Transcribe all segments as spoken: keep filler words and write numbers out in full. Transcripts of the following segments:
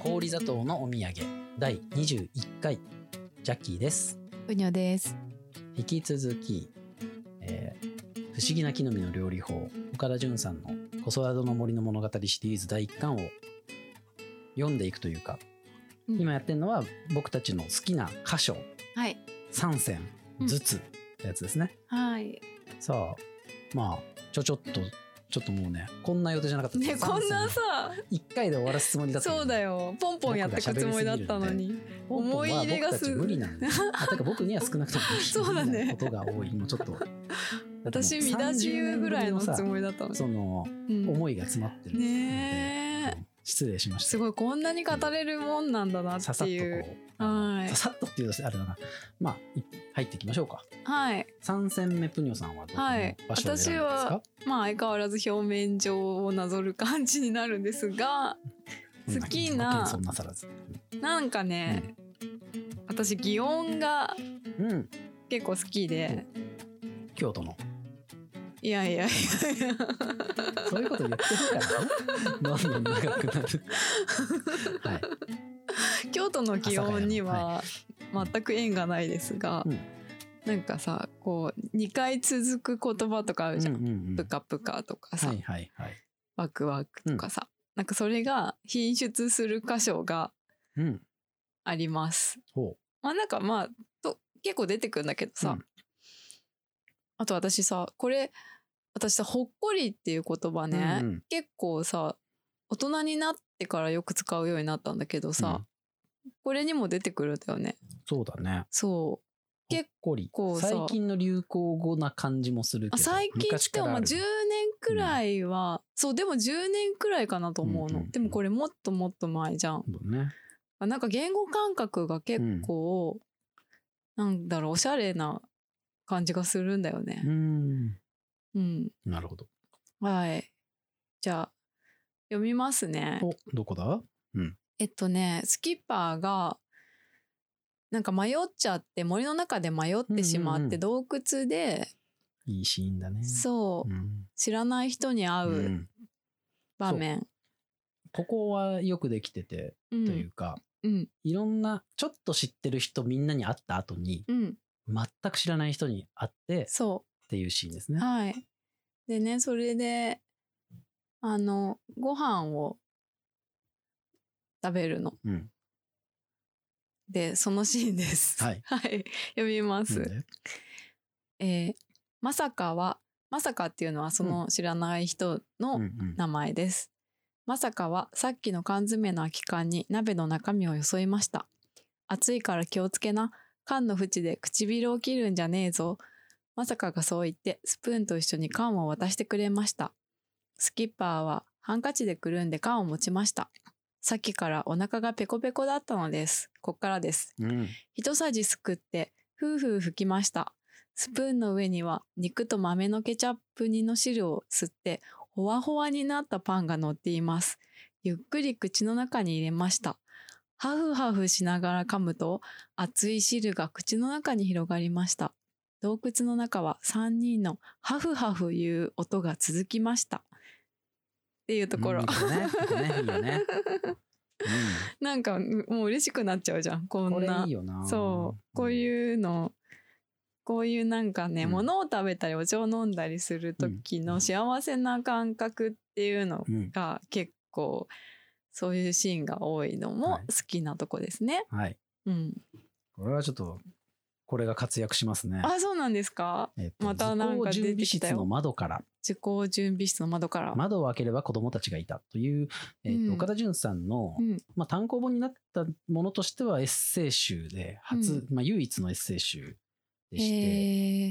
氷砂糖のお土産だいにじゅういっかい、ジャッキーです。 うにょです。 引き続き、えー、不思議な木の実の料理法、岡田准さんのコソラドの森の物語シリーズだいいっかんを読んでいくというか、うん、今やってるのは僕たちの好きな箇所、 はい、 さんせんずつってやつですね、 うん、はい。 さあまあちょちょっとちょっともうね、こんな予定じゃなかったですね。こんなさいっかいで終わらすつもりだった。 そうだよ、ポンポンやってくつもりだったのに、思い入れがす無理なんですあてか僕には少なくともそうだね、 ことが多い。もうちょっと私見出しぐらいのつもりだったのに、 その、うん、思いが詰まってるねえ、 失礼しました。 すごい、こんなに語れるもんなんだなっていう、ささっとこう、はい、 ささっとっていうとあれだな。まあ入っていきましょうか。 はい。 さん戦目プニョさんはどこの場所を選んでますか？はい、 私はまあ相変わらず表面上をなぞる感じになるんですが、好きな、 そんなさらずなんかね、うん、私擬音が結構好きで、 うん、京都のいやいやいやいやそういうこと言ってるからね、どんどん長くなるはい、 京都の擬音には全く縁がないですが、うん、なんかさ、こうにかい続く言葉とかあるじゃん、うんうんうん、プカプカとかさ、はいはいはい、ワクワクとかさ、うん、なんかそれが品質する箇所があります、うん、まあなんかまあと結構出てくるんだけどさ、うん、あと私さ、これ私さ、ほっこりっていう言葉ね、うんうん、結構さ大人になってからよく使うようになったんだけどさ、うん、これにも出てくるんだよね。 そうだね。 そう結構さ、 最近の流行語な感じもするけど、 最近ってもまあじゅうねんくらいは、うん、そうでもじゅうねんくらいかなと思うの、うんうんうん、でもこれもっともっと前じゃん、ね、なんか言語感覚が結構、うん、なんだろう、おしゃれな感じがするんだよね。うんうん、 なるほど。 はい、じゃあ読みますね。 お、どこだ？うん、 えっとね、スキッパーがなんか迷っちゃって、森の中で迷ってしまって、うんうんうん、洞窟でいいシーンだね。 そう、うん、知らない人に会う場面、うん、 ここはよくできてて、うん、というか、うん、いろんなちょっと知ってる人みんなに会った後に、うん、全く知らない人に会ってそうっていうシーンですね。 はい。でね、それであのご飯を食べるの、うん、でそのシーンです。はい、はい、読みます。えー、まさかはまさかっていうのはその知らない人の名前です、うんうんうん、まさかはさっきの缶詰の空き缶に鍋の中身をよそいました。熱いから気をつけな、缶の縁で唇を切るんじゃねえぞ。まさかがそう言ってスプーンと一緒に缶を渡してくれました。スキッパーはハンカチでくるんで缶を持ちました。さっきからお腹がペコペコだったのです。こっからです、うん、一さじすくってふうふう吹きました。スプーンの上には肉と豆のケチャップ煮の汁を吸ってほわほわになったパンが乗っています。ゆっくり口の中に入れました。ハフハフしながら噛むと熱い汁が口の中に広がりました。洞窟の中はさんにんのハフハフいう音が続きましたっていうところ、うん、いいね、いいよね、うん、なんかもう嬉しくなっちゃうじゃん、こんな。 これいいよな。 そう、こういうの、こういうなんかね、うん、物を食べたりお茶を飲んだりする時の幸せな感覚っていうのが結構そういうシーンが多いのも好きなとこですね。 はい、うん、これはちょっとこれが活躍しますね。 あ、そうなんですか。えっと、またなんか出てきたよ。 図工準備室の窓から。 図工準備室の窓から。 窓を開ければ子供たちがいたという、えーとうん、岡田准さんの、うんまあ、単行本になったものとしてはエッセイ集で初、うんまあ、唯一のエッセイ集でして、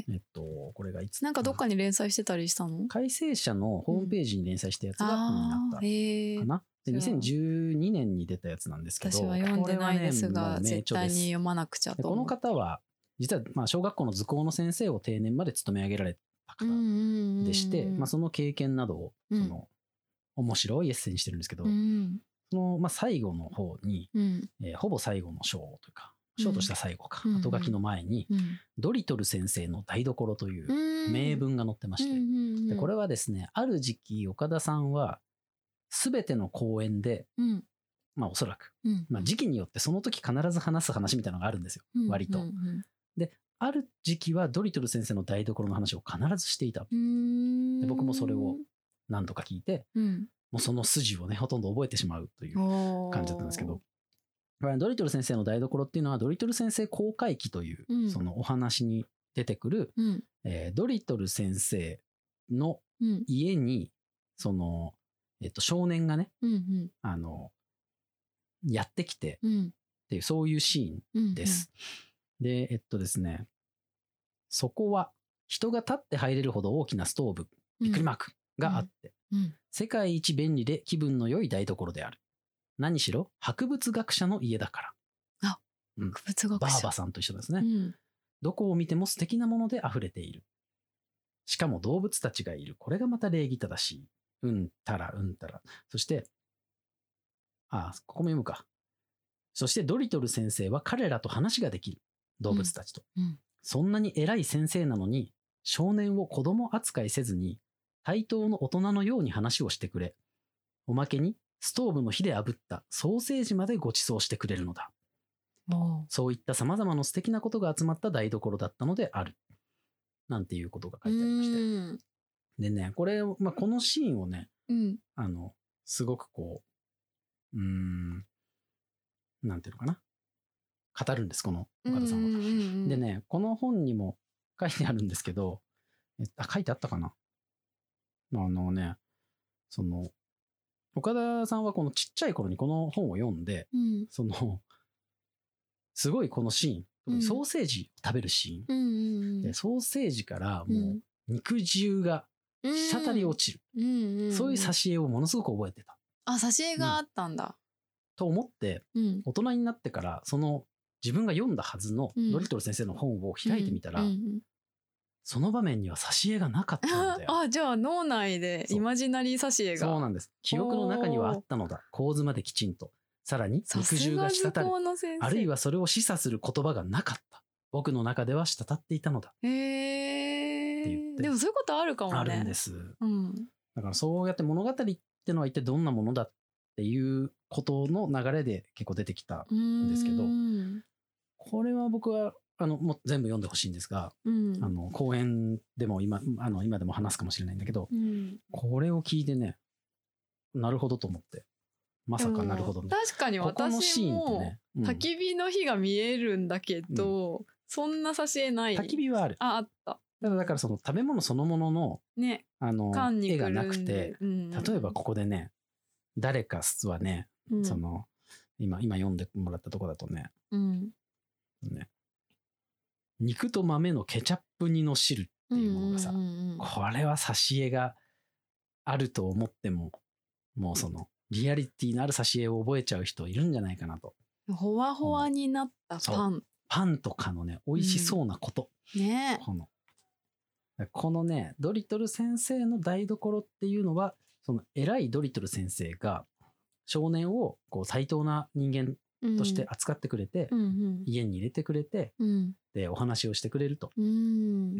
えっと、これがいつなんかどっかに連載してたりしたの？ 改正社のホームページに連載したやつが本になったかな。でにせんじゅうにねんに出たやつなんですけど、 私は読んでないですが、ね、絶対に読まなくちゃと思う。 この方は実はまあ小学校の図工の先生を定年まで勤め上げられた方でして、まあ、その経験などをその面白いエッセイにしてるんですけど、うん、そのまあ最後の方に、うんえー、ほぼ最後の章というか章とした最後か、うん、後書きの前に、うん、ドリトル先生の台所という名文が載ってまして、うん、でこれはですね、ある時期岡田さんは全ての公演でまあおそらく、うんまあ、時期によってその時必ず話す話みたいなのがあるんですよ、うん、割と、うんうん、である時期はドリトル先生の台所の話を必ずしていた。で僕もそれを何度か聞いて、うん、もうその筋をねほとんど覚えてしまうという感じだったんですけど、ドリトル先生の台所っていうのはドリトル先生公開記という、うん、そのお話に出てくる、うんえー、ドリトル先生の家に、うん、その、えっと、少年がね、うんうん、あのやってきてっていう、そういうシーンです、うんうん、でえっとですねそこは人が立って入れるほど大きなストーブ、びっくりマークがあって、うんうん、世界一便利で気分の良い台所である。何しろ博物学者の家だから。 あ、うん、博物学者。 バーバさんと一緒ですね、うん。どこを見ても素敵なもので溢れている。しかも動物たちがいる。これがまた礼儀正しい。うんたらうんたら。そして、あ、ここも読むか。そしてドリトル先生は彼らと話ができる。動物たちと。うんうんそんなに偉い先生なのに、少年を子供扱いせずに、対等の大人のように話をしてくれ、おまけにストーブの火で炙ったソーセージまでご馳走してくれるのだ。そういった様々な素敵なことが集まった台所だったのである。なんていうことが書いてありまして。でね、これ、まあ、このシーンをね、うん、あの、すごくこう、うーん、なんていうのかな。語るんです、この岡田さんは。うんうんうん、でね、この本にも書いてあるんですけど、えあ書いてあったかなあのね、その、岡田さんはこのちっちゃい頃にこの本を読んで、うん、その、すごいこのシーン、特にソーセージを食べるシーン、うん、でソーセージからもう肉汁が滴り落ちる、うん、そういう挿絵をものすごく覚えてた。 あ、挿絵があったんだ。うん、 と思って、大人になってから、その、自分が読んだはずのドリトル先生の本を開いてみたら、うんうんうん、その場面には挿絵がなかったんだよ。 あ、じゃあ脳内でイマジナリー挿絵が。 そうなんです。記憶の中にはあったのだ。構図まできちんと。さらに肉汁が滴る。あるいはそれを示唆する言葉がなかった。僕の中では滴っていたのだ。 へー。って言って。でもそういうことあるかもね。 あるんです。うん、だからそうやって物語ってのは一体どんなものだっていうことの流れで結構出てきたんですけど、これは僕はあのもう全部読んでほしいんですが、うん、あの講演でも今あの今でも話すかもしれないんだけど、うん、これを聞いてね、なるほどと思って、まさかなるほどね。 確かに私も、ねうん、焚き火の火が見えるんだけど、うん、そんな挿絵ない。 焚き火はある。 あ、あった。 だからだからその食べ物そのものの、ね、あの絵がなくて、うん、例えばここでね、誰かはね、うん、その今今読んでもらったとこだとね。うんね、肉と豆のケチャップ煮の汁っていうものがさ、うんうんうん、これは挿絵があると思ってももうそのリアリティのある挿絵を覚えちゃう人いるんじゃないかなと。 ほわほわになったパン、 パンとかのね美味しそうなこと、うん、ねこのこのねドリトル先生の台所っていうのはその偉いドリトル先生が少年をこう対等な人間として扱ってくれて、うんうん、家に入れてくれて、うん、でお話をしてくれると、うん、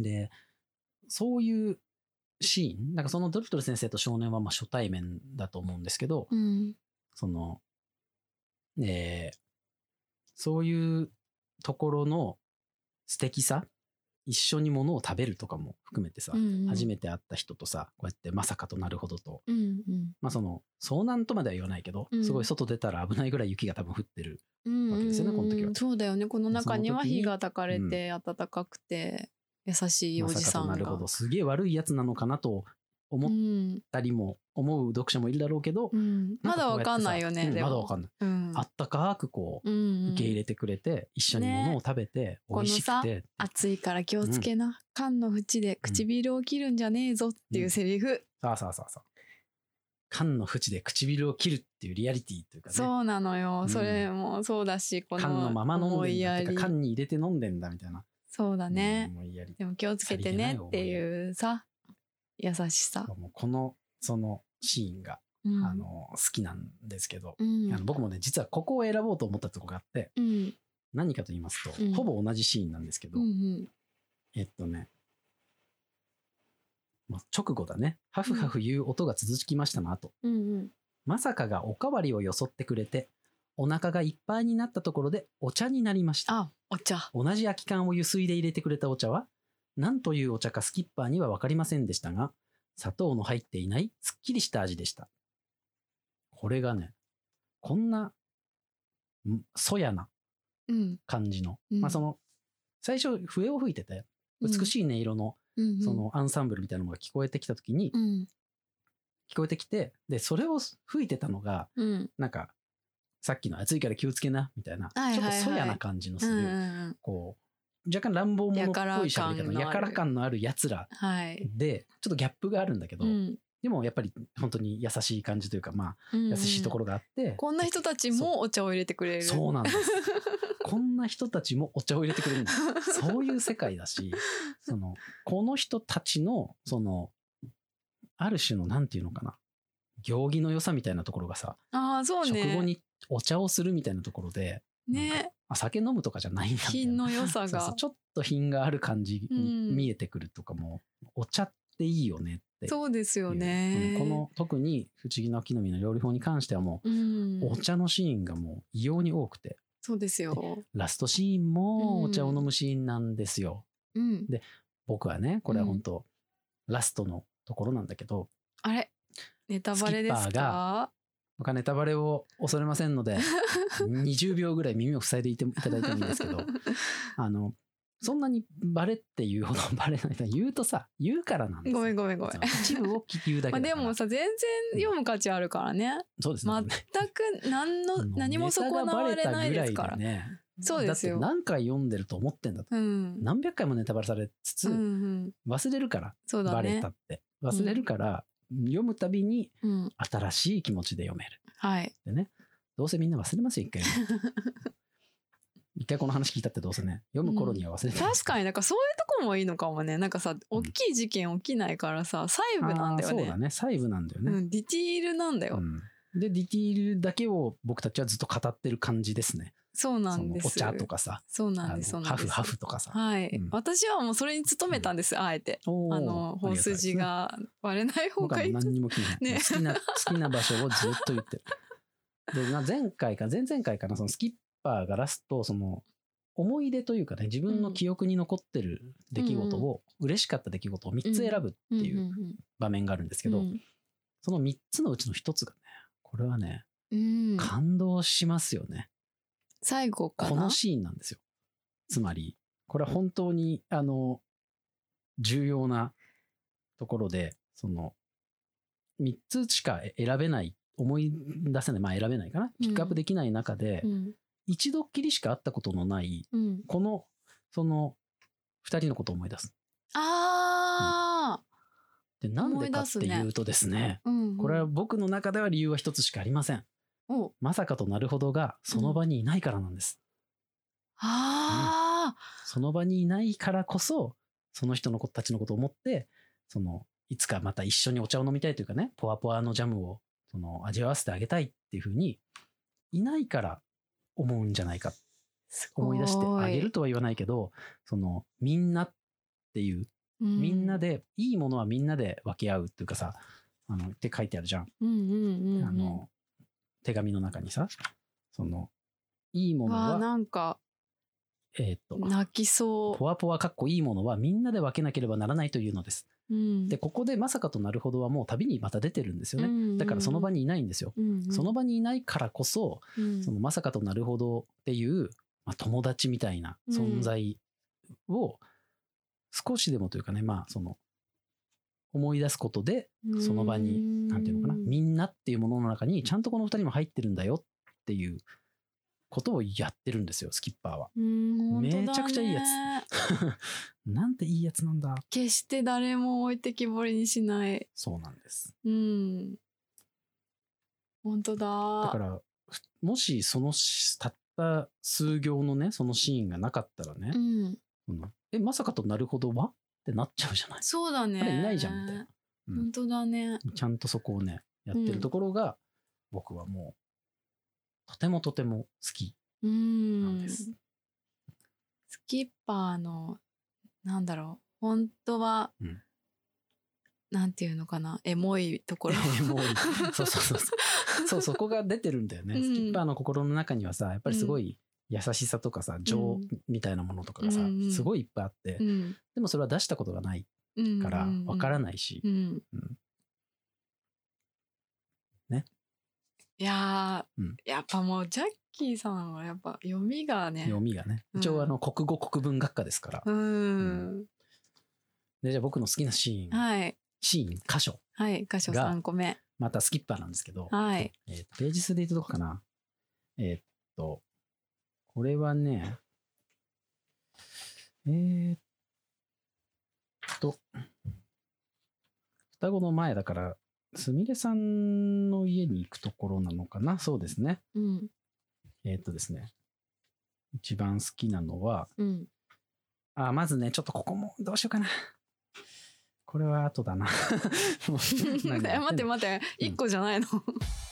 でそういうシーンなんかそのドリトル先生と少年はまあ初対面だと思うんですけど、うん、その、えー、そういうところの素敵さ一緒に物を食べるとかも含めてさ、うんうん、初めて会った人とさこうやってまさかとなるほどと、うんうん、まあその遭難とまでは言わないけど、うん、すごい外出たら危ないぐらい雪が多分降ってるわけですよね、うんうん、この時は。 そうだよね。この中には火が焚かれて暖かくて優しいおじさんが、 まさかとなるほどすげえ悪いやつなのかなと思ったりも思う読者もいるだろうけど、うん、 まだわかんないよね、 うん、まだわかんない、うん、あったかくこう、うんうん、受け入れてくれて一緒に物を食べて、ね、美味しくて、このさ暑いから気をつけな、うん、缶の縁で唇を切るんじゃねえぞっていうセリフ、うん、 さあさあさあさあ缶の縁で唇を切るっていうリアリティというかね。 そうなのよ、うん、それもそうだしこの缶のまま飲んでんだってか缶に入れて飲んでんだみたいな。 そうだね、うん、でも気をつけてねっていうさ優しさ。 もうこのそのシーンが、うん、あの好きなんですけど、うん、あの僕もね実はここを選ぼうと思ったところがあって、うん、何かと言いますと、うん、ほぼ同じシーンなんですけど、うんうん、えっとね直後だねハフハフ言う音が続きましたの後、うんうん、まさかがおかわりをよそってくれてお腹がいっぱいになったところでお茶になりました。 あ、お茶。 同じ空き缶を湯水で入れてくれたお茶は、何というお茶かスキッパーには分かりませんでしたが、砂糖の入っていないすっきりした味でした。これがね、こんな、そやな感じの、うん、まあその、最初笛を吹いてて、美しい音色の、うん、そのアンサンブルみたいなのが聞こえてきたときに、うん、聞こえてきて、で、それを吹いてたのが、うん、なんか、さっきの暑いから気をつけな、みたいな、はいはいはい、ちょっとそやな感じのする、うん、こう、若干乱暴者っぽい喋り方、やから感のある奴らで、はい、ちょっとギャップがあるんだけど、うん、でもやっぱり本当に優しい感じというか、まあ、優しいところがあって、うんうん、 こんな人たちもお茶を入れてくれる。 そうなんです。こんな人たちもお茶を入れてくれるんです。そういう世界だし、その、この人たちの、その、ある種の、なんていうのかな、行儀の良さみたいなところがさ、 あ、そうね、 食後にお茶をするみたいなところで、ね、あ、酒飲むとかじゃないんだみたいな。 品の良さが。 そうそう、ちょっと品がある感じに見えてくるとかも、うん、お茶っていいよねって。 そうですよね。 この、特に不思議の木の実の料理法に関してはもう、うん、お茶のシーンがもう異様に多くて。 そうですよ。 ラストシーンもお茶を飲むシーンなんですよ。うん、で、僕はね、これは本当、うん、ラストのところなんだけど、 あれネタバレですか？ 僕はネタバレを恐れませんので、にじゅうびょうぐらい耳を塞いでいていただいてもいいんですけど、あの、そんなにバレっていうほどバレない。言うとさ、言うからなんですよ。 ごめんごめんごめん。 一部を言うだけだから。まあでもさ、全然読む価値あるからね。うん、 そうですね。 全く何の、何も損なわれないですから。ね、そうですよ。 だって何回読んでると思ってんだと。うん、何百回もネタバレされつつ、うんうん、忘れるから、そうだね、バレたって。忘れるから、うん、読むたびに新しい気持ちで読める。はい。でね、どうせみんな忘れますよ、一回。一回この話聞いたってどうせね、読む頃には忘れて、 うん、確かになんかそういうとこもいいのかもね。なんかさ、大きい事件起きないからさ、細部なんだよね。 そうだね、細部なんだよね。 うん、ディティールなんだよ、うん。 で、ディティールだけを僕たちはずっと語ってる感じですね。 そうなんです。 お茶とかさ。 そうなんです。 ハフハフとかさ。 はい、うん。私はもうそれに努めたんです、うん、あえて。あの、本筋が割れない方がいい。 僕は何にも気にない。ね、好きな、好きな場所をずっと言ってる。で、まあ、前回か、前々回かな、そのスキッパーがラスト、その、思い出というかね、自分の記憶に残ってる出来事を、うん、嬉しかった出来事をみっつ選ぶっていう場面があるんですけど、うん、そのみっつのうちのひとつがね、これはね、うん、感動しますよね。 最後かな。 このシーンなんですよ。つまり、これは本当に、あの、重要なところで、その、みっつしか選べない、思い出せない、まあ選べないかな。ピックアップできない中で、うんうん、一度っきりしか会ったことのない、うん、この、その、二人のことを思い出す。ああ、うん、で、なんでかっていうとですね、ねうんうん、これは僕の中では理由は一つしかありません。まさかとなるほどがその場にいないからなんです。うん、ああ、その場にいないからこそ、その人の子たちのことを思って、その、いつかまた一緒にお茶を飲みたいというかね、ポワポワのジャムを、その、味わわせてあげたいっていうふうに、いないから思うんじゃないか。思い出してあげるとは言わないけど、その、みんなっていう、うん、みんなで、いいものはみんなで分け合うっていうかさ、あの、って書いてあるじゃん。うんうんうんうん、あの、手紙の中にさ、その、いいものは、 なんか、 えっと、 泣きそう。 ポワポワかっこいいものはみんなで分けなければならないというのです。うん、で、ここでまさかとなるほどはもう旅にまた出てるんですよね。うんうん、だからその場にいないんですよ。うんうん、その場にいないからこそ、うん、そのまさかとなるほどっていう、まあ、友達みたいな存在を少しでもというかね、まあその、思い出すことで、その場に、なんていうのかな、みんなっていうものの中にちゃんとこの二人も入ってるんだよっていうことをやってるんですよ、スキッパーは。めちゃくちゃいいやつ。なんていいやつなんだ。 決して誰も置いてきぼりにしない。 そうなんです。 うん。本当だ。 だから、もしそのたった数行のね、そのシーンがなかったらね、うんうん、え、まさかとなるほどはってなっちゃうじゃない。 そうだね。 あれいないじゃんみたいな。 うん、本当だね。 ちゃんとそこをね、やってるところが、うん、僕はもう、とてもとても好きなんです。 スキッパーの、なんだろう、本当は、うん、 なんていうのかな、エモいところ。 エモい。そうそうそう。そう、そこが出てるんだよね。うん、スキッパーの心の中にはさ、やっぱりすごい優しさとかさ、情みたいなものとかがさ、うん、すごいいっぱいあって、うん、でもそれは出したことがないからわからないし。うんうん、ね。 いやー、うん、やっぱもうジャッキーさんはやっぱ読みがね。 読みがね。一応あの国語国文学科ですから。うん。うん、で、じゃあ僕の好きなシーン。はい。シーン、箇所。 はい、箇所さんこめ。 またスキッパーなんですけど。 はい。 えー、ページ数で言うとどこかな。えー、っと、これはね、えー、っと、双子の前だから、すみれさんの家に行くところなのかな。そうですね。うん、えー、っとですね。一番好きなのは、うん、あ、まずね、ちょっとここもどうしようかな。これは後だな。 待って待って、いっこじゃないの、うん、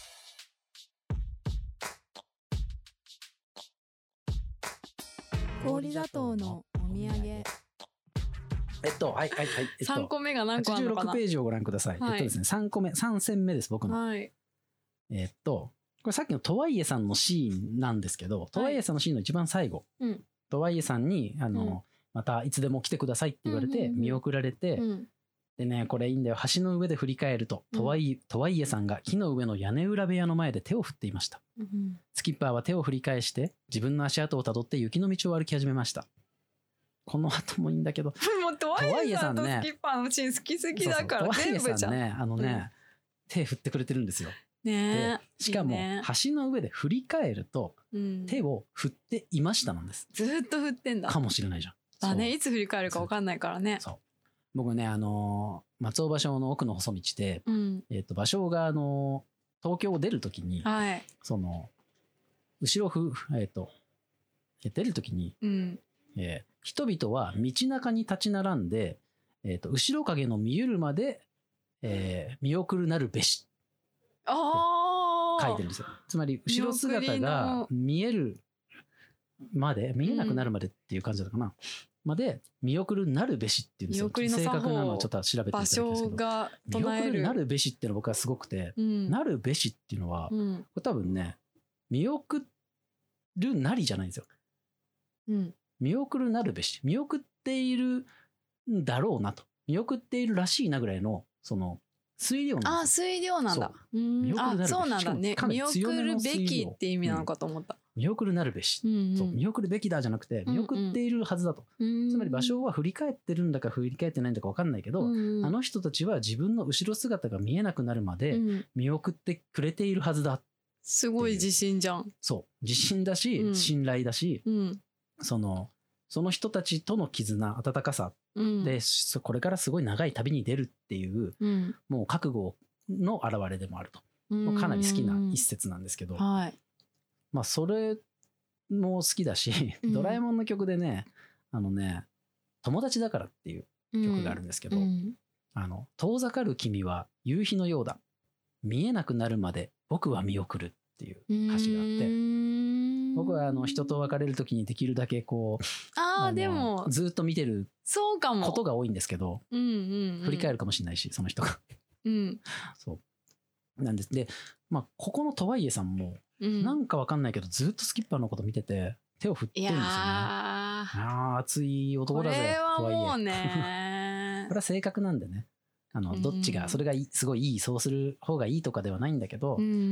氷砂糖のお土産。 えっと、はいはいはい。えっと、 さんこめが何個あるのかな。 はちじゅうろくページをご覧ください。はい、えっとですね、さんこめ、さん戦目です、僕の。はい、えっと、これさっきのとはいえさんのシーンなんですけど、とはいえさんのシーンの一番最後、はい、とはいえさんに、あの、うん、またいつでも来てくださいって言われて、見送られて、うんうん、でね、これいいんだよ。橋の上で振り返ると、とはいえ、とはいえさんが木の上の屋根裏部屋の前で手を振っていました。うん、スキッパーは手を振り返して、自分の足跡をたどって雪の道を歩き始めました。この後もいいんだけど、 もうとはいえさんとスキッパーのシーン好きすぎだから全部じゃん。 とはいえさんね、あのね、うん、手振ってくれてるんですよ。 ね、 でしかも、 ね、 橋の上で振り返ると、うん、手を振っていましたなんです。 ずっと振ってんだ。 かもしれないじゃん。 だね、いつ振り返るか分かんないからね。 そう。僕ね、あのー、松尾芭蕉の奥の細道で、うん、えっと、芭蕉が、あのー、東京を出るときに、はい、その、後ろふ、えっと、出るときに、うんえー、人々は道中に立ち並んで、えっと、後ろ影の見ゆるまで、えー、見送るなるべし。ああ。書いてるんですよ。つまり、後ろ姿が見えるまで、見えなくなるまでっていう感じだったかな。うんまで見送るなるべしっていうんですよ。正確なのはちょっと調べていただきたいんですけど、見送るなるべしっていうのは僕はすごくて、うん、なるべしっていうのは、うん、これ多分ね見送るなりじゃないんですよ、うん、見送るなるべし、見送っているんだろうなと、見送っているらしいなぐらいのその推量なんですよ。 あ、推量なんだ。見送るなるべし。あ、そうなんだね。見送るべきって意味なのかと思った。 うん、見送るなるべし、うんうん、そう見送るべきだじゃなくて見送っているはずだと、うんうん、つまり芭蕉は振り返ってるんだか振り返ってないんだか分かんないけど、うんうん、あの人たちは自分の後ろ姿が見えなくなるまで見送ってくれているはずだ、うん、 すごい自信じゃん。 そう自信だし、うん、信頼だし、うん、そのその人たちとの絆、温かさで、うん、これからすごい長い旅に出るっていう、うん、もう覚悟の表れでもあると、うん、かなり好きな一節なんですけど、はい、まあそれも好きだし、うん、ドラえもんの曲でね、あのね、友達だからっていう曲があるんですけど、うん、あの遠ざかる君は夕日のようだ、見えなくなるまで僕は見送るっていう歌詞があって、僕はあの人と別れる時にできるだけこうああでもずっと見てることが多いんですけど、うんうんうん、振り返るかもしれないしその人が、うん、そうなんです。で、まあここのとはいえさんも、うん、なんかわかんないけどずっとスキッパーのこと見てて手を振ってるんですよね。いやあ熱い男だぜ。 これはもうねこれは性格なんでね、あのどっちがそれがすごいいい、そうする方がいいとかではないんだけど、うんうんうん、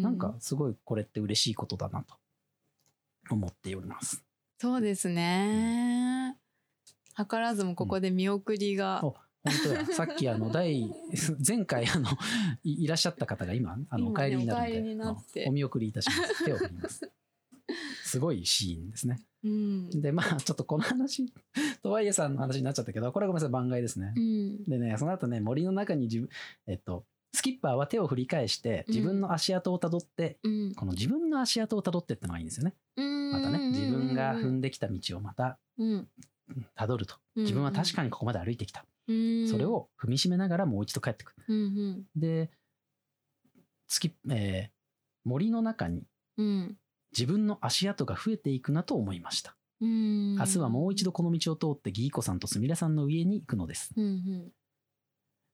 なんかすごいこれって嬉しいことだなと思っております。 そうですね、うん、図らずもここで見送りが、 うん、本当やさっきあの第前回あの い, いらっしゃった方が今あのお帰りになるので、お見送りいたします。手を振りますすごいシーンですね、うん、でまあちょっとこの話とはいえさんの話になっちゃったけど、これはごめんなさい番外ですね、うん、でねその後ね森の中に自分えっとスキッパーは手を振り返して自分の足跡をたどって、うん、この自分の足跡をたどってってのがいいんですよね、うん、またね自分が踏んできた道をまたたどると、自分は確かにここまで歩いてきた、うん、それを踏みしめながらもう一度帰ってくる、うんうん、でスキッ、えー、森の中に自分の足跡が増えていくなと思いました、うん、明日はもう一度この道を通ってギーコさんとすみれさんの家に行くのです、うんうん、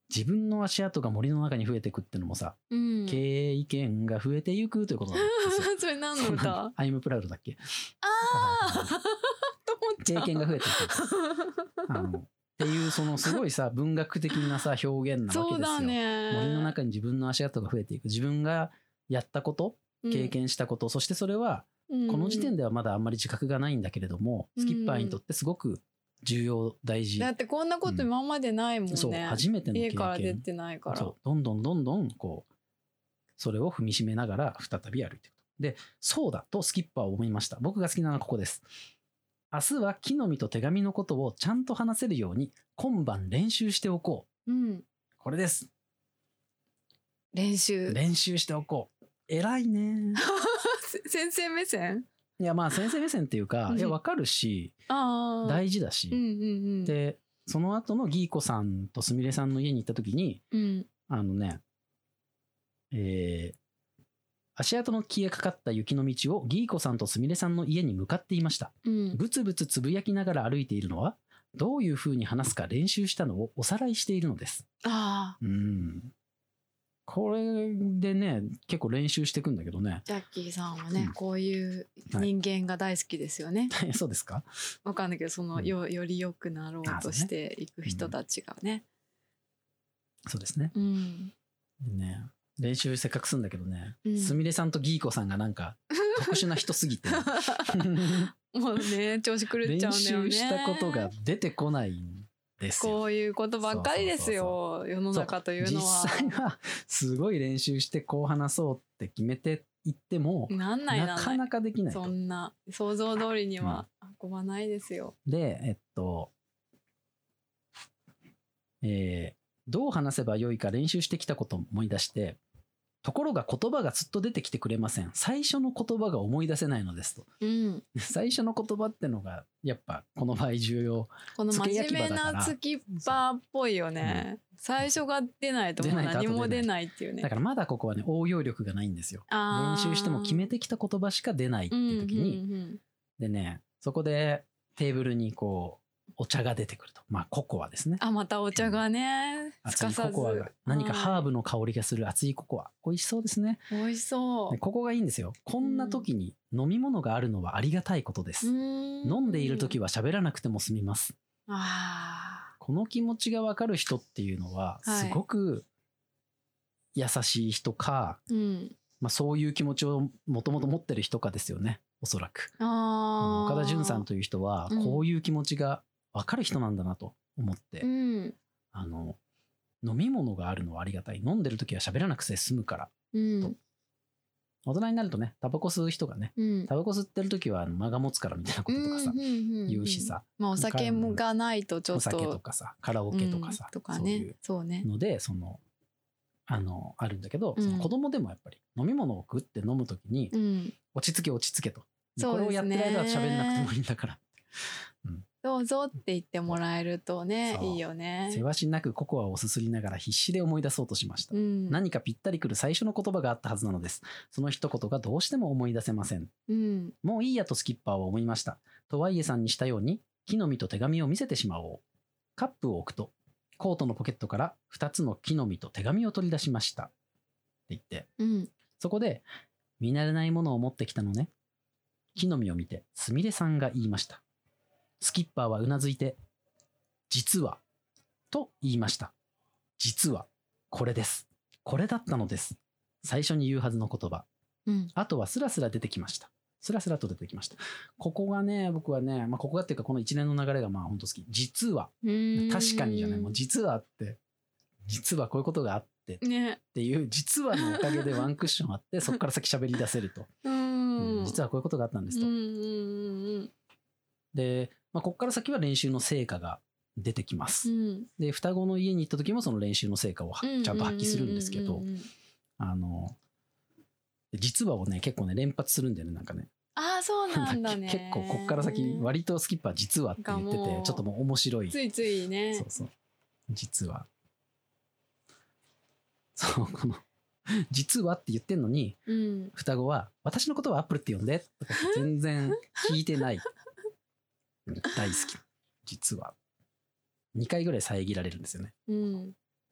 自分の足跡が森の中に増えていくってのもさ、うん、経験が増えていくということなんですよ。 それ何の歌？ アイムプラウドだっけ？ ああ経験が増えていく。あのっていうそのすごいさ文学的なさ表現なわけですよ。 そうだね。 森の中に自分の足跡が増えていく。自分がやったこと、経験したこと、うん、そしてそれはこの時点ではまだあんまり自覚がないんだけれども、うん、スキッパーにとってすごく重要大事。 だってこんなこと今までないもんね。うん、 そう初めての経験。 家から出てないから。 そうどんどんどんどんこうそれを踏みしめながら再び歩いていく。で、そうだとスキッパーを思いました。僕が好きなのはここです。明日は木の実と手紙のことをちゃんと話せるように今晩練習しておこう。うん、これです。 練習。 練習しておこう。偉いね。 先生目線？ いやまあ先生目線っていうか、いや分かるし、大事だし、うんうんうん、でその後のギーコさんとすみれさんの家に行った時に、うん、あのね、えー、足跡の消えかかった雪の道をギーコさんとすみれさんの家に向かっていました。うん、ブツブツつぶやきながら歩いているのはどういう風に話すか練習したのをおさらいしているのです。ああ、うん。これでね結構練習していくんだけどね。 ジャッキーさんはね、うん、こういう人間が大好きですよね。 はい、そうですか。 わかんないけどその よ, より良くなろうとしていく人たちがね。 うん、そうですね。うん、ね練習せっかくするんだけどね、すみれさんとギーコさんがなんか特殊な人すぎてもうね調子狂っちゃうんだよね。 練習したことが出てこないんですよ。 こういうことばっかりですよ。そうそうそうそう世の中というのは。 実際はすごい練習してこう話そうって決めていってもなんないなかなかできないと。 そんな想像通りには運ばないですよ。 うん、でえっとえー、どう話せばよいか練習してきたことを思い出して、ところが言葉がずっと出てきてくれません。最初の言葉が思い出せないのですと、うん、最初の言葉ってのがやっぱこの場合重要。 この真面目なスキッパーっぽいよね、うん、最初が出ないともう何も出ないっていうね。 だからまだここはね応用力がないんですよ。練習しても決めてきた言葉しか出ないっていう時に、うんうんうん、でねそこでテーブルにこうお茶が出てくると。まあココアですね。 あまたお茶がね、 すかさず熱いココアが何かハーブの香りがする熱いココア、美味しそうですね。 美味しそう。 ここがいいんですよ。こんな時に飲み物があるのはありがたいことです。飲んでいる時は喋らなくても済みます。あこの気持ちが分かる人っていうのはすごく優しい人か、はいうんまあ、そういう気持ちをもともと持ってる人かですよね、おそらく。あ岡田准さんという人はこういう気持ちが分かる人なんだなと思って、うん、あの飲み物があるのはありがたい。飲んでる時は喋らなくて済むから、うん、と大人になるとねタバコ吸う人がね、うん、タバコ吸ってる時は間が持つからみたいなこととかさ、うんうんうんうん、言うしさ、 まあ、お酒がないとちょっとお酒とかさカラオケとかさ、 うん、とかね、 そういうのでそのあのあるんだけど、 うん、 その子供でもやっぱり飲み物をグッて飲む時に、うん、落ち着け落ち着けと、これをやってる間は喋んなくてもいいんだから、 うん、どうぞって言ってもらえるとねいいよね。 せわしなくココアをすすりながら必死で思い出そうとしました、うん、何かぴったりくる最初の言葉があったはずなのです。その一言がどうしても思い出せません、うん、もういいやとスキッパーは思いました。とはいえさんにしたように木の実と手紙を見せてしまおう。カップを置くとコートのポケットからふたつの木の実と手紙を取り出しましたって言って、うん、そこで見慣れないものを持ってきたのね。木の実を見てすみれさんが言いました。スキッパーはうなずいて実はと言いました。実はこれです。これだったのです。最初に言うはずの言葉、うん、あとはスラスラ出てきました。スラスラと出てきました。ここがね僕はね、まあ、ここがっていうかこの一連の流れがまあ本当好き。実は確かにじゃないもう実はって実はこういうことがあってっていう、ね、実はのおかげでワンクッションあってそこから先喋り出せるとうん、うん、実はこういうことがあったんですと。うんで、まあ、ここから先は練習の成果が出てきます、うん、で双子の家に行った時もその練習の成果をちゃんと発揮するんですけど、あの実はをね結構ね連発するんだよねなんかね。 ああそうなんだね。 結構こっから先割とスキッパー実はって言っててちょっともう面白い。 ついついね。 そうそう実はそうこの実はって言ってんのに、うん、双子は私のことはアップルって呼んでとか全然聞いてない大好き実はにかいぐらい遮られるんですよね、うん、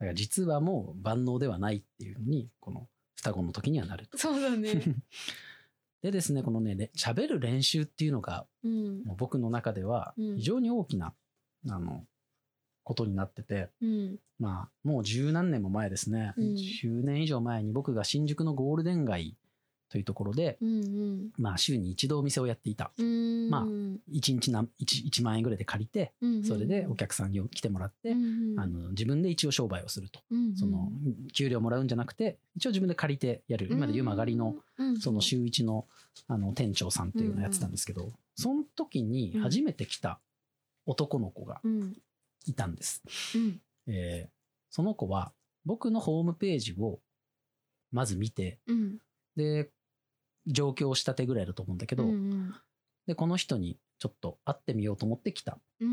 から実はもう万能ではないっていうのに、この双子の時にはなると。 そうだね。 でですね、このね、喋る練習っていうのが、うん、もう僕の中では非常に大きな、うん、あの、ことになってて、うん、まあ、もう十何年も前ですね、うん、じゅうねん以上前に僕が新宿のゴールデン街というところで、うんうん、まあ、週に一度お店をやっていた。まあ、一日何、いちまん円ぐらいで借りて、うんうん、それでお客さんに来てもらって、うんうん、あの、自分で一応商売をすると。うんうん、その、給料もらうんじゃなくて、一応自分で借りてやる。今でいう曲がりの、その週一の、あの、店長さんっていうのをやってたんですけど、うんうん、その時に初めて来た男の子がいたんです。うんえー、その子は、僕のホームページをまず見て、うん、で、上京したてぐらいだと思うんだけど、うんうん、で、この人にちょっと会ってみようと思って来た。うん、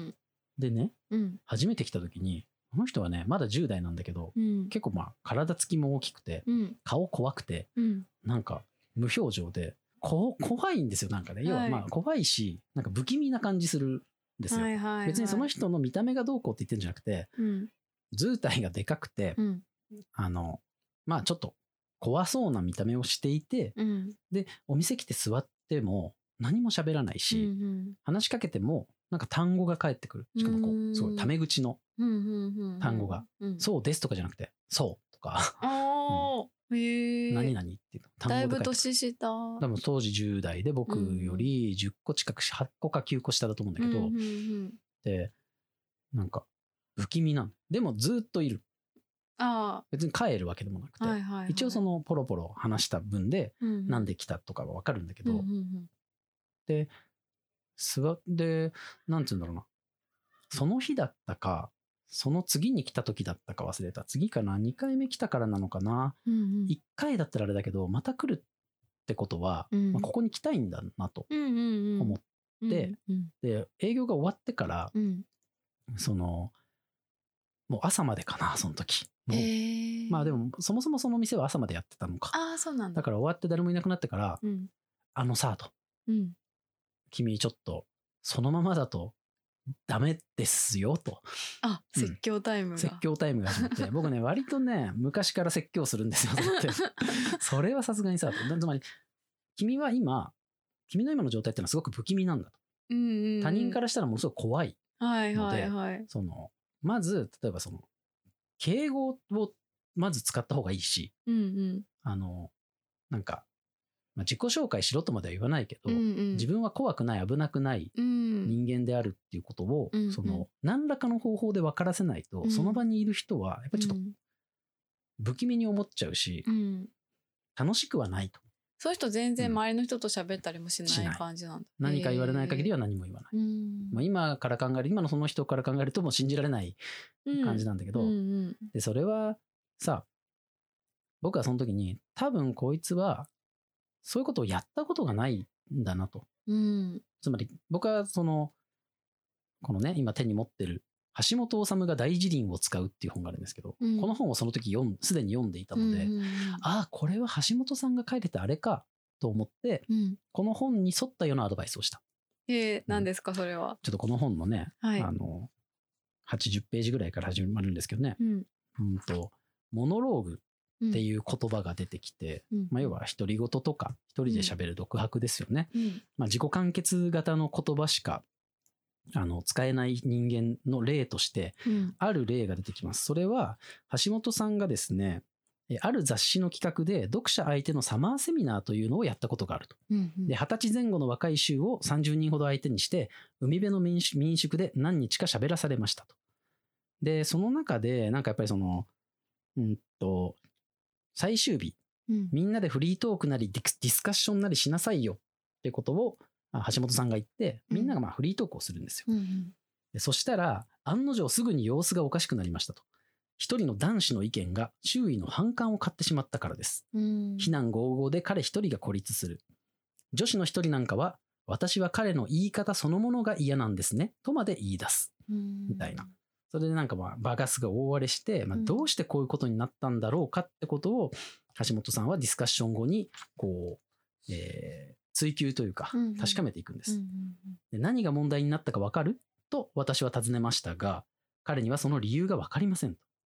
でね、うん、初めて来た時に、この人はね、まだじゅう代なんだけど、うん、結構まあ体つきも大きくて、うん、顔怖くて、うん、なんか無表情で、こ怖いんですよ、なんかね。要はまあ怖いし、なんか不気味な感じするんですよ。はいはいはい、別にその人の見た目がどうこうって言ってるんじゃなくて、うん、図体がでかくて、うん、あの、まあちょっと、怖そうな見た目をしていて、うん、で、お店来て座っても何も喋らないし、うんうん、話しかけてもなんか単語が返ってくる。しかもこう、すごいタメ口の単語が、うんうんうん、そうですとかじゃなくて、そうとか、うん、へ何々っていう単語だいぶ年下。 多分当時じゅう代で僕よりじゅっこ近く、はっこかきゅうこ下だと思うんだけど、うんうんうん、で、なんか不気味なの。でもずっといる。あ別に帰るわけでもなくて、はいはいはい、一応そのポロポロ話した分で、うんうん、なんで来たとかは分かるんだけど、うんうんうん、で、座って、なんて言うんだろうな、その日だったか、その次に来た時だったか忘れた。次かな、にかいめ来たからなのかな、うんうん、いっかいだったらあれだけど、また来るってことは、うんまあ、ここに来たいんだなと思って、うんうんうん、で、営業が終わってから、うん、その、もう朝までかな、その時。まあでも、そもそもその店は朝までやってたのか。 ああ、そうなんだ。 だから終わって誰もいなくなってから、うん、あのさ、と。うん、君ちょっと、そのままだとダメですよ、と。 あ、説教タイムが。 うん、説教タイムが始まって。僕ね、割とね、昔から説教するんですよ、って。それはさすがにさ、と。つまり、君は今、君の今の状態ってのはすごく不気味なんだと。うんうんうん、他人からしたらものすごく怖いので、はいはいはい、その、まず、例えばその、敬語をまず使った方がいいし、うんうん、あの、なんか、まあ、自己紹介しろとまでは言わないけど、うんうん、自分は怖くない、危なくない人間であるっていうことを、うんうん、その、何らかの方法で分からせないと、うん、その場にいる人は、やっぱりちょっと、不気味に思っちゃうし、うん、楽しくはないと。 そういう人全然周りの人と喋ったりもしない感じなんだ。 うん、何か言われない限りは何も言わない。まあ、今から考える、今のその人から考えるともう信じられない感じなんだけど、うんうんうん、で、それはさ、僕はその時に多分こいつはそういうことをやったことがないんだなと。うん、つまり僕はその、このね、今手に持ってる橋本治が大辞林を使うっていう本があるんですけど、うん、この本をその時読ん、すでに読んでいたので、うんうんうん、ああ、これは橋本さんが書いてたあれかと思って、うん、この本に沿ったようなアドバイスをした。 えー、何ですか、それは。 ちょっとこの本のね、はい、あの、はちじゅっページぐらいから始まるんですけどね、うん、うんと、モノローグっていう言葉が出てきて、うん、まあ、要は独り言とか、一人で喋る独白ですよね。うん、まあ、自己完結型の言葉しか、あの使えない人間の例として、ある例が出てきます。それは橋本さんがですね、ある雑誌の企画で読者相手のサマーセミナーというのをやったことがあると。うんうん、で、はたち前後の若い衆をさんじゅうにんほど相手にして、海辺の民宿、民宿で何日か喋らされましたと。で、その中で、なんかやっぱりその、うんと、最終日、うん、みんなでフリートークなりディス、ディスカッションなりしなさいよってことを、橋本さんが言って、みんながまあフリートークをするんですよ。うんうん、でそしたら、案の定すぐに様子がおかしくなりましたと。一人の男子の意見が周囲の反感を買ってしまったからです。うん、非難合々で彼一人が孤立する。女子の一人なんかは、私は彼の言い方そのものが嫌なんですね、とまで言い出す。うん、みたいな。それでなんかまあバガスが大荒れして、まあ、どうしてこういうことになったんだろうかってことを、橋本さんはディスカッション後に、こう、えー、追求というか確かめていくんです。で、何が問題になったか分かると私は尋ねましたが、彼にはその理由が分かりませんと。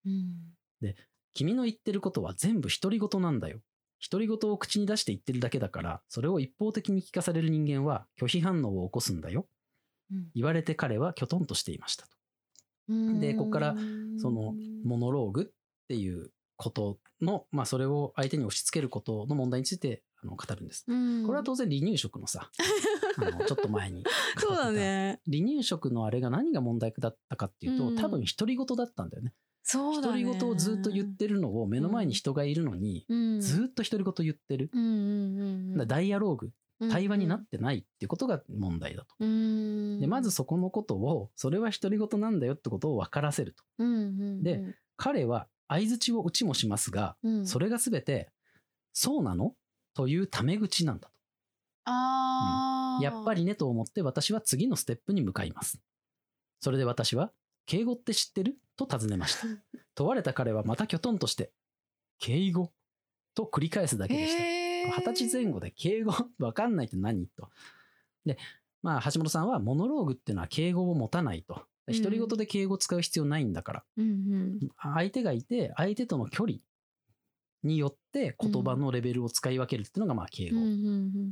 うん、 で、君の言ってることは全部独り言なんだよ。独り言を口に出して言ってるだけだから、それを一方的に聞かされる人間は拒否反応を起こすんだよ。うん、言われて彼はきょとんとしていましたと。で、ここからそのモノローグっていうことの、まあそれを相手に押し付けることの問題についてあの語るんです。これは当然離乳食のさ、あのちょっと前にそうだね。 離乳食のあれが何が問題だったかっていうと、多分独り言だったんだよね。 そうだね。 独り言をずっと言ってるのを目の前に人がいるのに、うん、ずっと独り言言ってる。うんうんうん、ダイアローグ、対話になってないっていうことが問題だと。うん、でまずそこのことを、それは独り言なんだよってことを分からせると。うんうんうん、で、彼は相槌を打ちもしますが、うん、それが全て、そうなのというタメ口なんだと。あうん、やっぱりねと思って私は次のステップに向かいます。それで私は、敬語って知ってると尋ねました。問われた彼はまたきょとんとして、敬語と繰り返すだけでした。二十歳前後で敬語わかんないって何と。で、まあ橋本さんはモノローグっていうのは敬語を持たないと。独り言で敬語を使う必要ないんだから。うんうん、相手がいて、相手との距離によって言葉のレベルを使い分けるっていうのがまあ敬語。うんうんうん、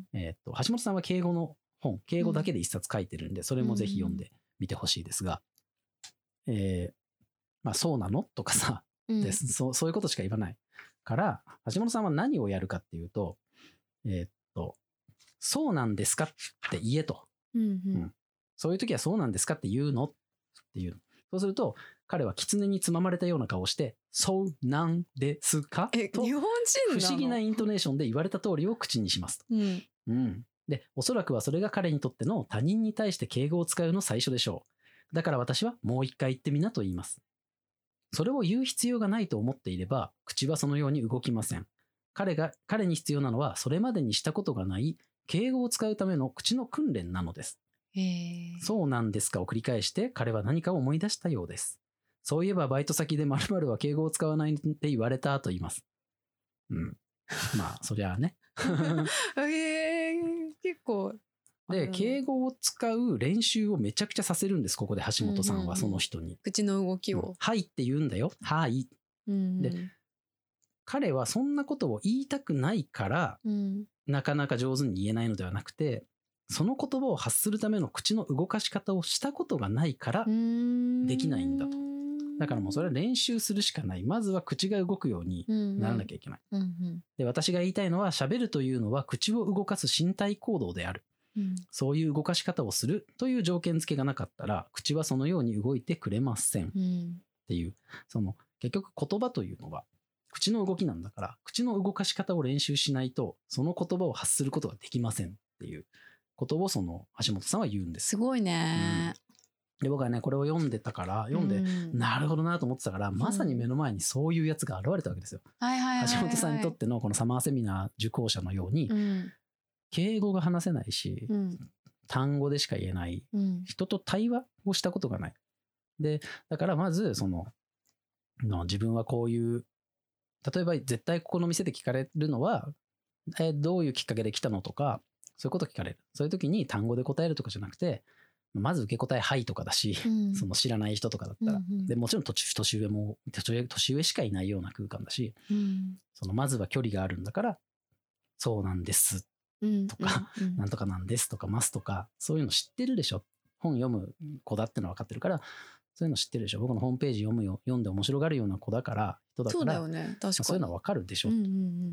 えー、っと橋本さんは敬語の本、敬語だけで一冊書いてるんで、それもぜひ読んでみてほしいですが、えー、まあそうなのとかさ、です、うん、そう、そういうことしか言わないから橋本さんは何をやるかっていうと、えー、っとそうなんですかって言えと、うんうんうん、そういう時はそうなんですかって言うのっていう。そうすると彼は狐につままれたような顔をしてそうなんですかえと日本人なの不思議なイントネーションで言われた通りを口にしますと、うんうん、でおそらくはそれが彼にとっての他人に対して敬語を使うの最初でしょう。だから私はもう一回言ってみなと言います。それを言う必要がないと思っていれば口はそのように動きません。彼が彼に必要なのはそれまでにしたことがない敬語を使うための口の訓練なのです。へそうなんですかを繰り返して彼は何かを思い出したようです。そういえばバイト先で〇〇は敬語を使わないって言われたと言います。うん。まあそりゃあね。 へー結構で、敬語を使う練習をめちゃくちゃさせるんです。ここで橋本さんはその人に、うんうんうん、 口の動きを、うん、 はいって言うんだよ。はい、うんうん、で彼はそんなことを言いたくないから、うん、なかなか上手に言えないのではなくて、その言葉を発するための口の動かし方をしたことがないからできないんだと。だからもうそれは練習するしかない。まずは口が動くようにならなきゃいけない、うんうん、で私が言いたいのは、喋るというのは口を動かす身体行動である、うん、そういう動かし方をするという条件付けがなかったら口はそのように動いてくれません、うん、っていう、その結局言葉というのは口の動きなんだから、口の動かし方を練習しないとその言葉を発することができませんっていうことをその橋本さんは言うんです。 すごいね、 うんで僕はねこれを読んでたから読んで、うん、なるほどなと思ってたから、まさに目の前にそういうやつが現れたわけですよ、うん、橋本さんにとってのこのサマーセミナー受講者のように、うん、敬語が話せないし、うん、単語でしか言えない、うん、人と対話をしたことがない。でだからまずそのの自分はこういう、例えば絶対ここの店で聞かれるのは、えどういうきっかけで来たのとか、そういうこと聞かれる。そういう時に単語で答えるとかじゃなくて、まず受け答えはいとかだし、うん、その知らない人とかだったら、うんうん、でもちろん年年上も年上、年上しかいないような空間だし、うん、そのまずは距離があるんだからそうなんですとか、うんうんうん、なんとかなんですとかますとか、そういうの知ってるでしょ。本読む子だってのは分かってるから、そういうの知ってるでしょ。僕のホームページ読むよ、読んで面白がるような子だから人だから、そうだよね、確かに、まあ、そういうのは分かるでしょ、うんうんうん、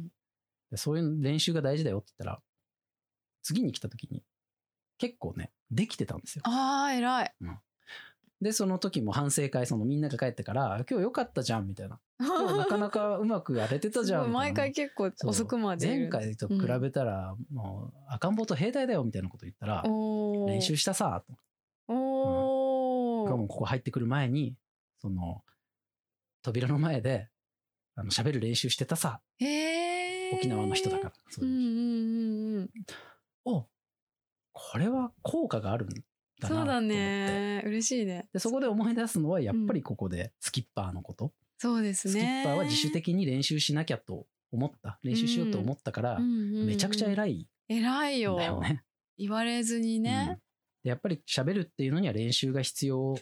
でそういう練習が大事だよって言ったら、次に来た時に結構ねできてたんですよ。 あー偉い、 うん、でその時も反省会、そのみんなが帰ってから今日良かったじゃんみたいな、今日なかなかうまくやれてたじゃんみたいな毎回結構遅くまで前回と比べたら、うん、もう赤ん坊と兵隊だよみたいなこと言ったら、練習したさと、お、うん、もうここ入ってくる前にその扉の前であの喋る練習してたさ、へー沖縄の人だから、そういう、うんうんうん、おこれは効果があるんだなと思って。そうだね、 嬉しいね。 でそこで思い出すのはやっぱりここでスキッパーのこと、うん、 そうですね。 スキッパーは自主的に練習しなきゃと思った、練習しようと思ったから、うんうんうん、めちゃくちゃ偉い、 偉いよだよね。言われずにね、 うん、でやっぱり喋るっていうのには練習が必要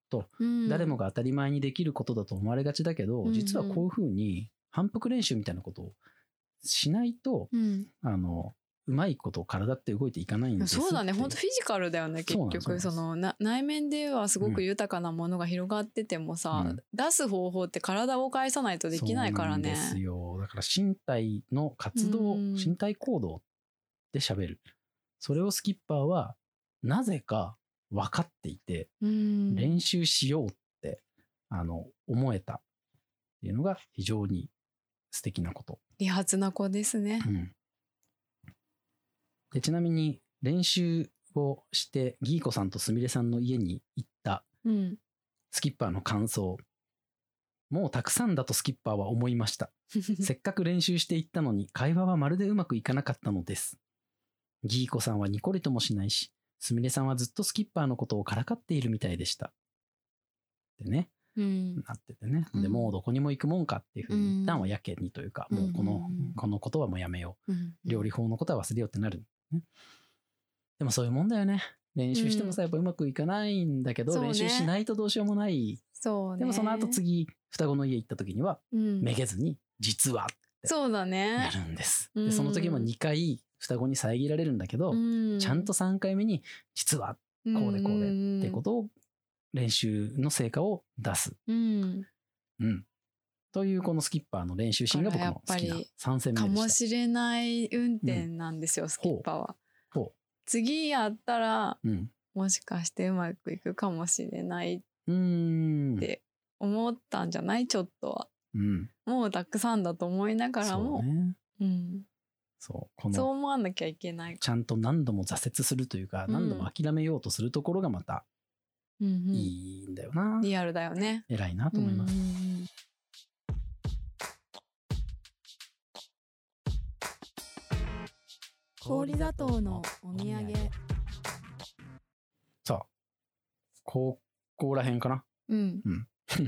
と、うん、誰もが当たり前にできることだと思われがちだけど、うん、実はこういうふうに反復練習みたいなことをしないと、うん、あのうまいこと体って動いていかないんですって。 そうだね、本当フィジカルだよね。結局そのな内面ではすごく豊かなものが広がっててもさ、うん、出す方法って体を返さないとできないからね。 そうなんですよ。だから身体の活動、うん、身体行動で喋る。それをスキッパーはなぜか分かっていて、うん、練習しようってあの思えたっていうのが非常に素敵なこと。 利発な子ですね。うん、 でちなみに練習をしてギーコさんとすみれさんの家に行ったスキッパーの感想、うん、もうたくさんだとスキッパーは思いました。せっかく練習していったのに会話はまるでうまくいかなかったのです。ギーコさんはニコリともしないし、すみれさんはずっとスキッパーのことをからかっているみたいでした。でね、うん、なっててね、でもうどこにも行くもんかっていうふうに一旦はやけにというか、うん、もうこの、うん、このことはもうやめよう、うん、料理法のことは忘れようってなる、ね、でもそういうもんだよね。練習してもさやっぱうまくいかないんだけど、うん、練習しないとどうしようもない。そうね、でもその後次双子の家行った時には、うん、めげずに実はってそうだねやるんです。でその時もにかい双子に遮られるんだけど、うん、ちゃんとさんかいめに実はこうでこうでってことを練習の成果を出す、うんうん、というこのスキッパーの練習シーンが僕の好きなさん戦目でした。 かもしれない運転なんですよ、うん、スキッパーは。ほうほう次やったら、うん、もしかしてうまくいくかもしれないって思ったんじゃないちょっとは、うん、もうたくさんだと思いながらもそうね、うんそうこのそう思わなきゃいけない。 ちゃんと何度も挫折するというか、うん、何度も諦めようとするところがまたいいんだよな、うんうん、 リアルだよね。 偉いなと思います、うんうん、 氷砂糖のお土産。 さあここら辺かな。うん、うん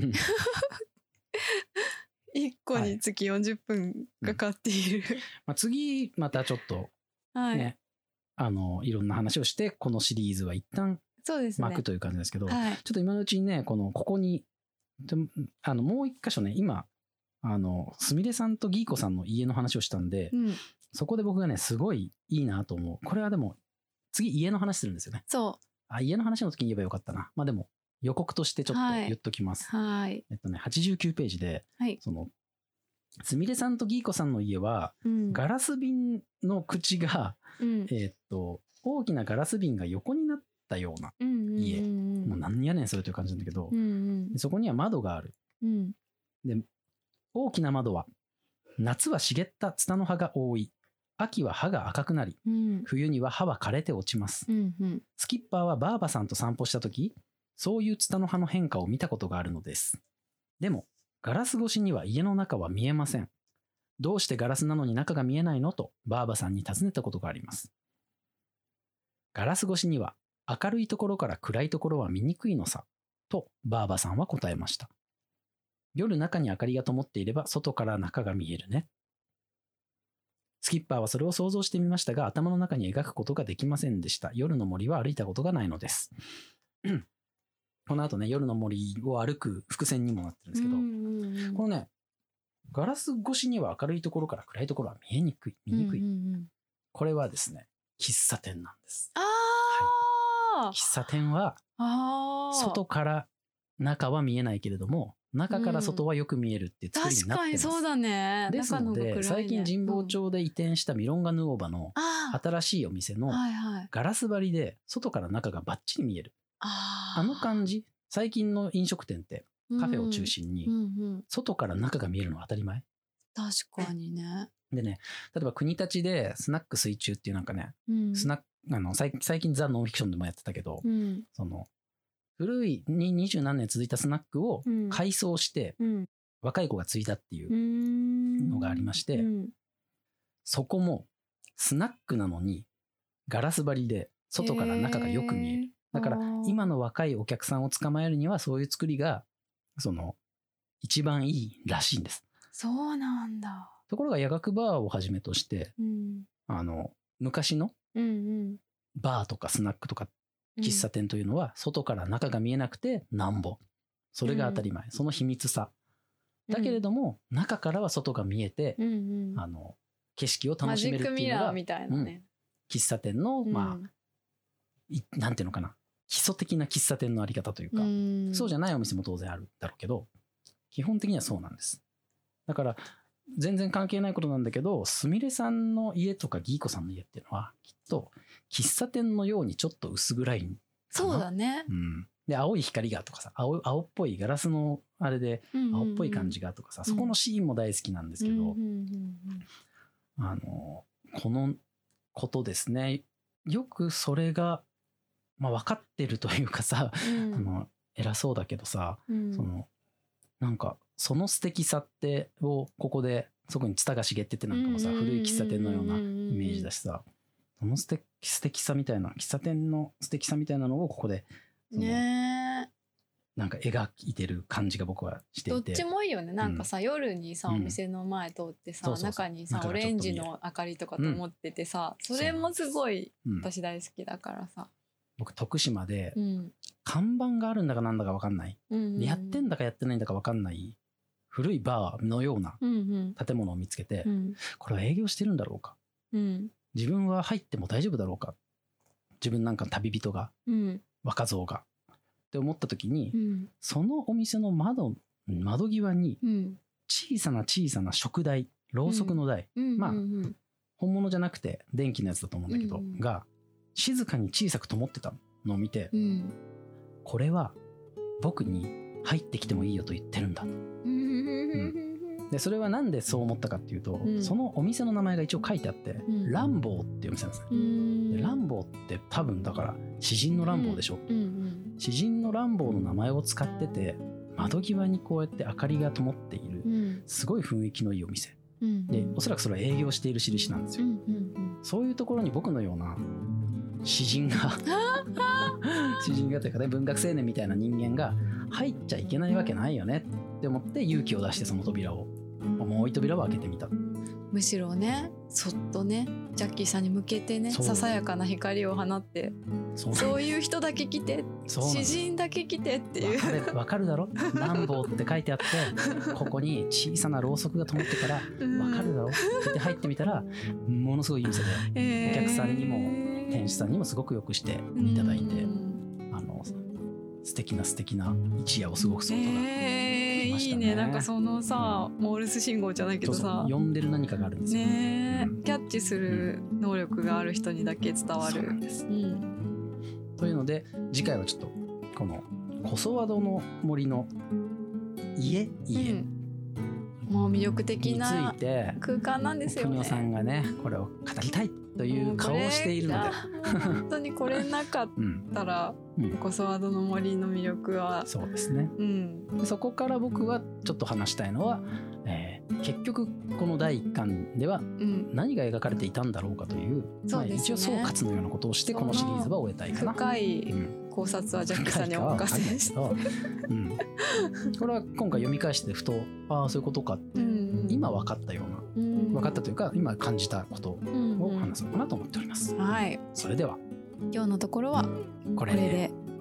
いっこにつきよんじゅっぷんかかっている、はいうんまあ、次またちょっとね、はい、あのいろんな話をしてこのシリーズは一旦巻くという感じですけど、はい、ちょっと今のうちにねこのここにあのもう一箇所ね今あのすみれさんとギーコさんの家の話をしたんで、うん、そこで僕がねすごいいいなと思う。これはでも次家の話するんですよね。 そうあ家の話の時に言えばよかったな。まあでも予告としてちょっと言っときます。はい。えっとね、はちじゅうきゅうページで、はい、その、すみれさんとギーコさんの家は、うん、ガラス瓶の口が、うん、えっと、大きなガラス瓶が横になったような家。うんうんうん、もう何やねんそれという感じなんだけど、うんうん、そこには窓がある。うん、で、大きな窓は、夏は茂ったツタの葉が多い。秋は葉が赤くなり、うん、冬には葉は枯れて落ちます、うんうん。スキッパーはバーバさんと散歩したとき、そういうツタの葉の変化を見たことがあるのです。でも、ガラス越しには家の中は見えません。どうしてガラスなのに中が見えないのとバーバさんに尋ねたことがあります。ガラス越しには明るいところから暗いところは見にくいのさ、とバーバさんは答えました。夜中に明かりが灯っていれば外から中が見えるね。スキッパーはそれを想像してみましたが、頭の中に描くことができませんでした。夜の森は歩いたことがないのです。この後ね、夜の森を歩く伏線にもなってるんですけど、うんうんうん、このね、ガラス越しには明るいところから暗いところは見えにくい。見にくい。うんうんうん、これはですね、喫茶店なんです。あはい、喫茶店は、外から中は見えないけれども、中から外はよく見えるっていう作りになってます。 確かにそうだね。 ですので、ね、最近神保町で移転したミロンガヌオーバの新しいお店のガラス張りで外から中がバッチリ見える。あ, あの感じ、最近の飲食店ってカフェを中心に外から中が見えるのは当たり前。 確かにね。 でね、例えば国立でスナック水中っていうなんかね、うん、スナックあの最近ザ・ノンフィクションでもやってたけど、うん、その古いに二十何年続いたスナックを改装して、うん、若い子が継いだっていうのがありまして、うん、そこもスナックなのにガラス張りで外から中がよく見える。だから今の若いお客さんを捕まえるにはそういう作りがその一番いいらしいんです。 そうなんだ。 ところが夜学バーをはじめとして、うん、あの昔のバーとかスナックとかっ喫茶店というのは外から中が見えなくてなんぼ、それが当たり前、うん、その秘密さだけれども、うん、中からは外が見えて、うんうん、あの景色を楽しめるっていうのがマジックミラーみたいなね、うん、喫茶店のまあ、うん、なんていうのかな、基礎的な喫茶店のあり方というか、うん、そうじゃないお店も当然あるだろうけど、基本的にはそうなんです。だから全然関係ないことなんだけど、すみれさんの家とかギーコさんの家っていうのはきっと喫茶店のようにちょっと薄暗いかな。 そうだね、 うん、で青い光がとかさ、 青, 青っぽいガラスのあれで青っぽい感じがとかさ、うんうんうん、そこのシーンも大好きなんですけど、うんうんうんうん、あのこのことですね、よくそれが、まあ、分かってるというかさ、うん、あの偉そうだけどさ、うん、そのなんかその素敵さってをここで特に蔦が茂っててなんかもさ、うんうんうんうん、古い喫茶店のようなイメージだしさ、その素敵、素敵さみたいな、喫茶店の素敵さみたいなのをここでね、なんか描いてる感じが僕はしていて、 どっちもいいよね。なんかさ、うん、夜にさお店の前通ってさ、うん、中にさオレンジの明かりとかと思っててさ、うん、それもすごい私大好きだからさ、 僕徳島で、うん、看板があるんだかなんだか分かんない、うんうん、やってんだかやってないんだか分かんない古いバーのような建物を見つけて、うんうん、これは営業してるんだろうか、うん、自分は入っても大丈夫だろうか、自分なんか旅人が、うん、若造がって思った時に、うん、そのお店の窓窓際に小さな小さな食台、ろうそくの台、うん、まあ、うんうんうん、本物じゃなくて電気のやつだと思うんだけど、うんうん、が静かに小さく灯ってたのを見て、うん、これは僕に入ってきてもいいよと言ってるんだと、うん、でそれはなんでそう思ったかっていうと、うん、そのお店の名前が一応書いてあって、うん、ランボーっていうお店なんですね、うん、でランボーって多分だから詩人のランボーでしょ、うんうん、詩人のランボーの名前を使ってて窓際にこうやって明かりが灯っている、うん、すごい雰囲気のいいお店、うん、でおそらくそれは営業している印なんですよ、うんうんうん、そういうところに僕のような詩人が詩人がというかね、文学青年みたいな人間が入っちゃいけないわけないよねって思って勇気を出してその扉を、重い扉を開けてみた。 むしろね、そっとねジャッキーさんに向けてね、ささやかな光を放って、そうそういう人だけ来て、詩人だけ来てっていう。 わか, かるだろ、南坊って書いてあってここに小さなろうそくが灯ってからわかるだろって言って入ってみたら、ものすごいいい店で、えー、お客さんにも店主さんにもすごくよくしていただいて、あの素敵な素敵な一夜を過ごすことが、 えー、いいね。なんかそのさ、モールス信号じゃないけどさ、そうそう、 呼んでる何かがあるんですよね、うん、キャッチする能力がある人にだけ伝わる、そうなんです、うん、 というので次回はちょっとこのコソワドの森の家家、うん、 もう魅力的な空間なんですよね。 国尾さんがねこれを語りたいという顔をしているので、 本当にこれなかったら、うん、コソワドの森の魅力は、 そうですね、うん、でそこから僕はちょっと話したいのは、えー、結局このだいいっかんでは何が描かれていたんだろうかという、うん、まあ、一応総括のようなことをしてこのシリーズは終えたいかな。 深い考察はジャッキーさんにお任せして、うん、 これは今回読み返してふと、ああそういうことかって、うん、今分かったような、うん、分かったというか今感じたことを話そうかなと思っております、 うんうん、はい、 それでは今日のところはこれで